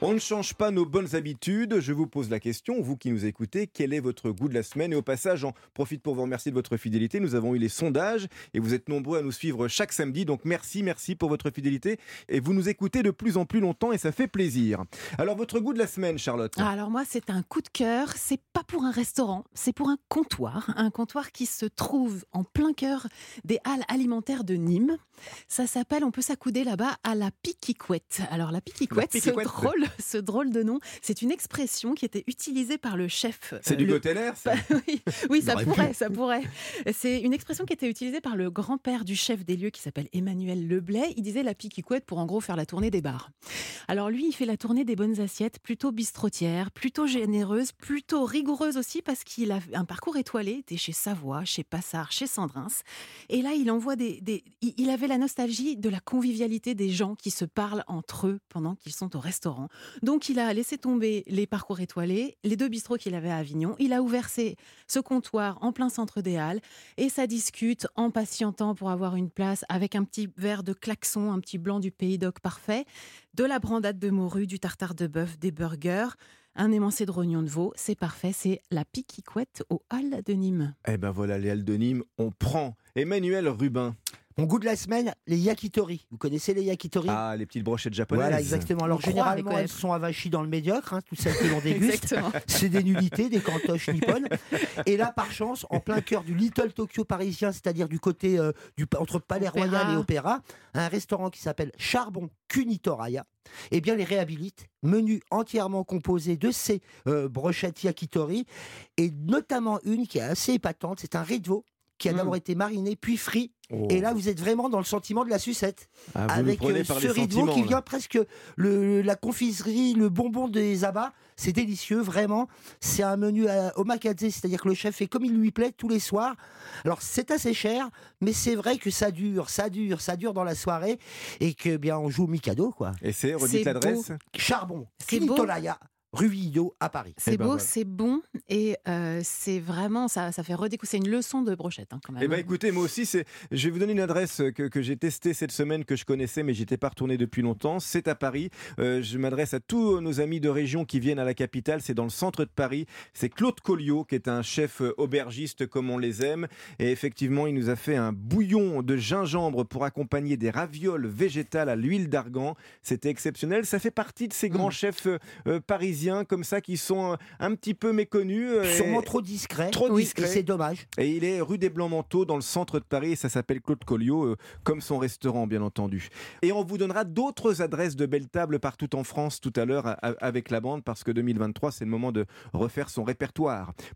On ne change pas nos bonnes habitudes. Je vous pose la question, vous qui nous écoutez, quel est votre goût de la semaine? Et au passage, j'en profite pour vous remercier de votre fidélité. Nous avons eu les sondages et vous êtes nombreux à nous suivre chaque samedi. Donc merci pour votre fidélité. Et vous nous écoutez de plus en plus longtemps et ça fait plaisir. Alors votre goût de la semaine, Charlotte? Alors moi, c'est un coup de cœur. C'est pas pour un restaurant, c'est pour un comptoir. Un comptoir qui se trouve en plein cœur des halles alimentaires de Nîmes. Ça s'appelle, on peut s'accouder là-bas, à la Piquicouette. Alors la Piquicouette, ce drôle de nom, c'est une expression qui était utilisée par le chef. C'est du Goteler, ça? Oui, ça pourrait. C'est une expression qui était utilisée par le grand-père du chef des lieux qui s'appelle Emmanuel Leblay. Il disait la Piquicouette pour en gros faire la tournée des bars. Alors lui, il fait la tournée des bonnes assiettes, plutôt bistrotière, plutôt généreuse, plutôt rigoureuse aussi parce qu'il a un parcours étoilé. Il était chez Savoie, chez Passard, chez Sandrins. Et là, il envoie il avait la nostalgie de la convivialité des gens qui se parlent entre eux pendant qu'ils sont au restaurant. Donc, il a laissé tomber les parcours étoilés, les 2 bistrots qu'il avait à Avignon. Il a ouvert ce comptoir en plein centre des Halles et ça discute en patientant pour avoir une place avec un petit verre de klaxon, un petit blanc du Pays d'Oc parfait, de la brandade de morue, du tartare de bœuf, des burgers, un émincé de rognon de veau. C'est parfait, c'est la Piquicouette aux Halles de Nîmes. Eh ben voilà, les Halles de Nîmes, on prend. Emmanuel Rubin. Mon goût de la semaine, les yakitori. Vous connaissez les yakitori? Ah, les petites brochettes japonaises. Voilà, exactement. Alors, généralement, elles sont avachis dans le médiocre, toutes celles que l'on déguste. C'est des nullités, des cantoches nippones. Et là, par chance, en plein cœur du Little Tokyo parisien, c'est-à-dire du côté entre Palais Royal et Opéra, un restaurant qui s'appelle Charbon Kunitoraya, eh bien, les réhabilite. Menu entièrement composé de ces brochettes yakitori, et notamment une qui est assez épatante, c'est un riz de veau qui a d'abord été mariné, puis frit. Oh. Et là, vous êtes vraiment dans le sentiment de la sucette. Avec ce riz de veau qui vient presque la confiserie, le bonbon des abats. C'est délicieux, vraiment. C'est un menu omakase, c'est-à-dire que le chef fait comme il lui plaît tous les soirs. Alors, c'est assez cher, mais c'est vrai que ça dure dans la soirée et que bien on joue au Mikado, quoi. Et redites l'adresse. Charbon, Kunitoraya, rue Villot à Paris. C'est beau, c'est bon et c'est vraiment, ça fait redécouvrir. C'est une leçon de brochette quand même. Eh bien écoutez, moi aussi, je vais vous donner une adresse que j'ai testée cette semaine, que je connaissais mais j'étais pas retourné depuis longtemps. C'est à Paris. Je m'adresse à tous nos amis de région qui viennent à la capitale. C'est dans le centre de Paris. C'est Claude Colliot qui est un chef aubergiste comme on les aime. Et effectivement, il nous a fait un bouillon de gingembre pour accompagner des ravioles végétales à l'huile d'argan. C'était exceptionnel. Ça fait partie de ces grands chefs parisiens comme ça qui sont un petit peu méconnus. Sûrement trop discrets. Et c'est dommage. Et il est rue des Blancs-Manteaux dans le centre de Paris et ça s'appelle Claude Colliot, comme son restaurant bien entendu. Et on vous donnera d'autres adresses de belles tables partout en France tout à l'heure avec la bande parce que 2023 c'est le moment de refaire son répertoire.